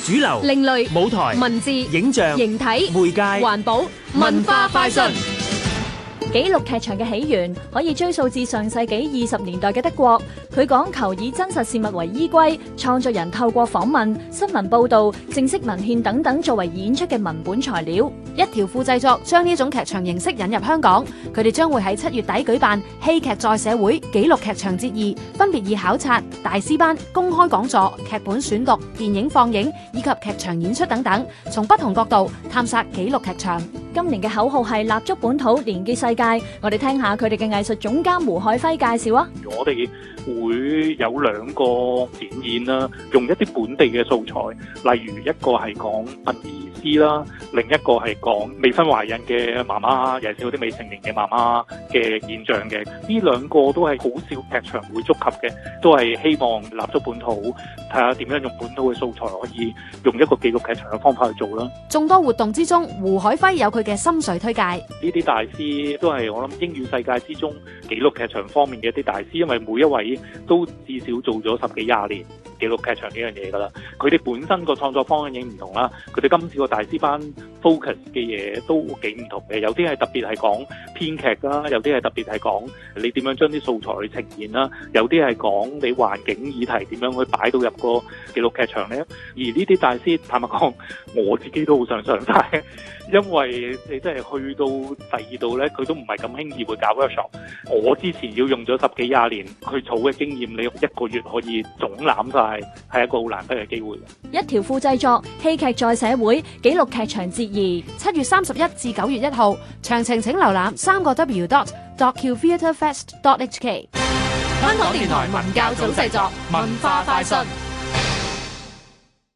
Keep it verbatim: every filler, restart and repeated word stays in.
主流、 另類舞台、 文字、 影像、 形體、 媒介、 環保、文化快訊。 紀錄劇場嘅起源可以追溯至上世紀二十年代嘅德國，佢講求以真實事物為依歸，創作人透過訪問、新聞報導、正式文獻等等作為演出嘅文本材料。 一條褲製作將呢種劇場形式引入香港，佢哋將會喺七月底舉辦戲劇再社會紀錄劇場節二，分別以考察、大師班、公開講座、劇本選讀、電影放映以及劇場演出等等，從不同角度探索紀錄劇場。 今年嘅口號係立足本土，連結世界。我哋聽下佢哋嘅藝術總監胡海輝介紹啊。 我哋會有兩個展演啦，用一啲本地嘅素材，例如一個係講殯儀師啦，另一個係講未婚懷孕嘅媽媽，尤其是嗰啲未成年嘅媽媽嘅現象嘅。呢兩個都係好少劇場會觸及嘅，都係希望立足本土，睇下點樣用本土嘅素材可以用一個紀錄劇場嘅方法去做啦。 眾多活動之中，胡海輝有佢嘅心水推介。 呢啲大師都係我諗英語世界之中紀錄劇場方面嘅一啲大師，因為每一位都至少做咗十幾廿年紀錄劇場呢樣嘢㗎啦。佢哋本身個創作方向已經唔同啦，佢哋今次個大師班 focus 嘅嘢都幾唔同嘅，有啲係特別係講編劇啦，有啲係特別係講你點樣將啲素材去呈現啦，有啲係講你環境議題點樣去擺到入個紀錄劇場呢。而呢啲大師坦白講，我自己都好想上晒，因為你真係去到第二度呢，佢都唔係咁輕易會搞 workshop。我之前要用咗十幾廿年去儲嘅經驗，你用一個月可以總攬晒，係一個好難得嘅機會。 一條褲製作戲劇在社會紀錄劇場節二， 七月三十一至九月一號，詳情請瀏覽三個 w dot docutheatrefest dot h k。 香港電台文教組製作，文化快訊。